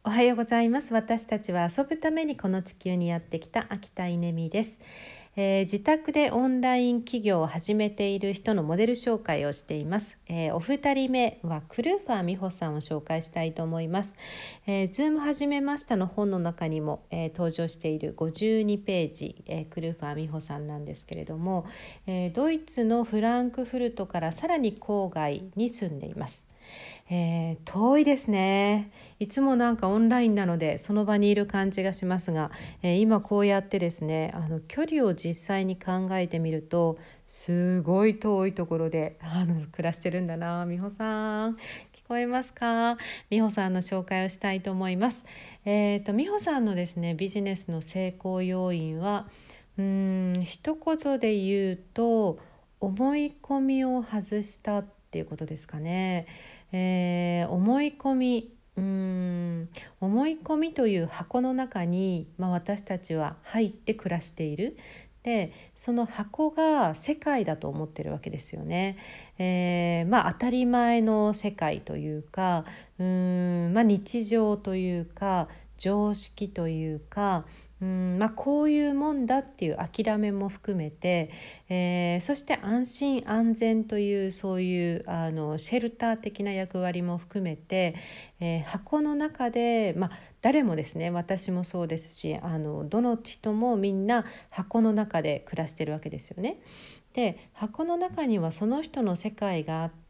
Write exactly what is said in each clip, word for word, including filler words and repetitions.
おはようございます。私たちは遊ぶためにこの地球にやってきた秋田稲美です。えー自宅でオンライン企業を始めている人のモデル紹介をしています。えーお二人目はクルーファー美穂さんを紹介したいと思います。えー、ズーム始めましたの本の中にも、えー登場しているごじゅうにページ、えークルーファー美穂さんなんですけれども、えードイツのフランクフルトからさらに郊外に住んでいます。えー遠いですね。いつもなんかオンラインなのでその場にいる感じがしますが、えー今こうやってですね、あの距離を実際に考えてみるとすごい遠いところであの暮らしてるんだな。美穂さん、聞こえますか？美穂さんの紹介をしたいと思います。えーと美穂さんのですね、ビジネスの成功要因はうーん一言で言うと、思い込みを外したっていうことですかね。えー思い込みうーん思い込みという箱の中に、まあ、私たちは入って暮らしている。でその箱が世界だと思ってるわけですよね。えーまあ、当たり前の世界というか、うーん、まあ、日常というか常識というか、うん、まあ、こういうもんだっていう諦めも含めて、えーそして安心安全というそういうあのシェルター的な役割も含めて、えー箱の中で、まあ、誰もですね、私もそうですし、あのどの人もみんな箱の中で暮らしてるわけですよね。で箱の中にはその人の世界があって、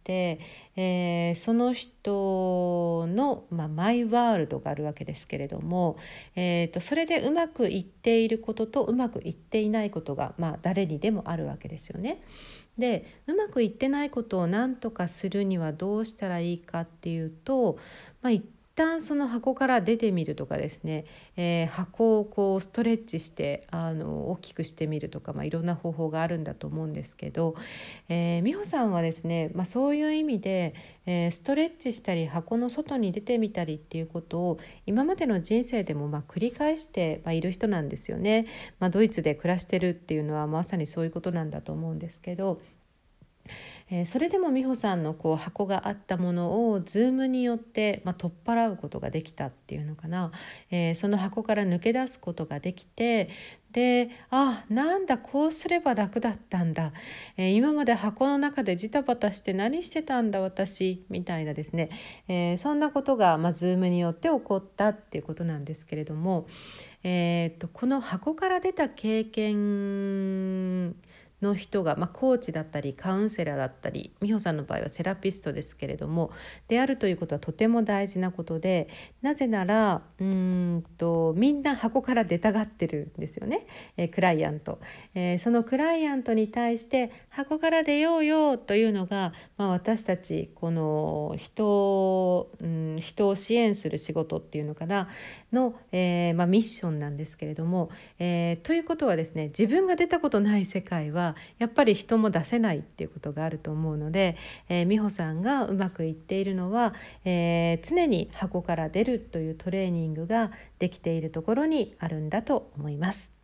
えーその人の、まあ、マイワールドがあるわけですけれども、えーとそれでうまくいっていることとうまくいっていないことが、まあ、誰にでもあるわけですよね。でうまくいってないことを何とかするにはどうしたらいいかっていうと、まあ、一旦その箱から出てみるとかですね、えー箱をこうストレッチしてあの大きくしてみるとか、まあ、いろんな方法があるんだと思うんですけど、えー美穂さんはですね、まあ、そういう意味で、えーストレッチしたり箱の外に出てみたりっていうことを今までの人生でもまあ繰り返してまあいる人なんですよね。まあ、ドイツで暮らしてるっていうのはまさにそういうことなんだと思うんですけど、えーそれでも美穂さんのこう箱があったものを Zoom によって、まあ、取っ払うことができたっていうのかな、えーその箱から抜け出すことができて、であなんだこうすれば楽だったんだ、えー今まで箱の中でジタバタして何してたんだ私みたいなですね、えーそんなことが、まあ、Zoom によって起こったっていうことなんですけれども、えー、とこの箱から出た経験の人が、まあ、コーチだったりカウンセラーだったり、美穂さんの場合はセラピストですけれどもであるということはとても大事なことで、なぜならうーんとみんな箱から出たがってるんですよね、えークライアント、えーそのクライアントに対して箱から出ようよというのが、まあ、私たちこの人を、うん、人を支援する仕事っていうのかなの、えーまあ、ミッションなんですけれども、えーということはですね、自分が出たことない世界はやっぱり人も出せないっていうことがあると思うので、えー美穂さんがうまくいっているのは、えー常に箱から出るというトレーニングができているところにあるんだと思います。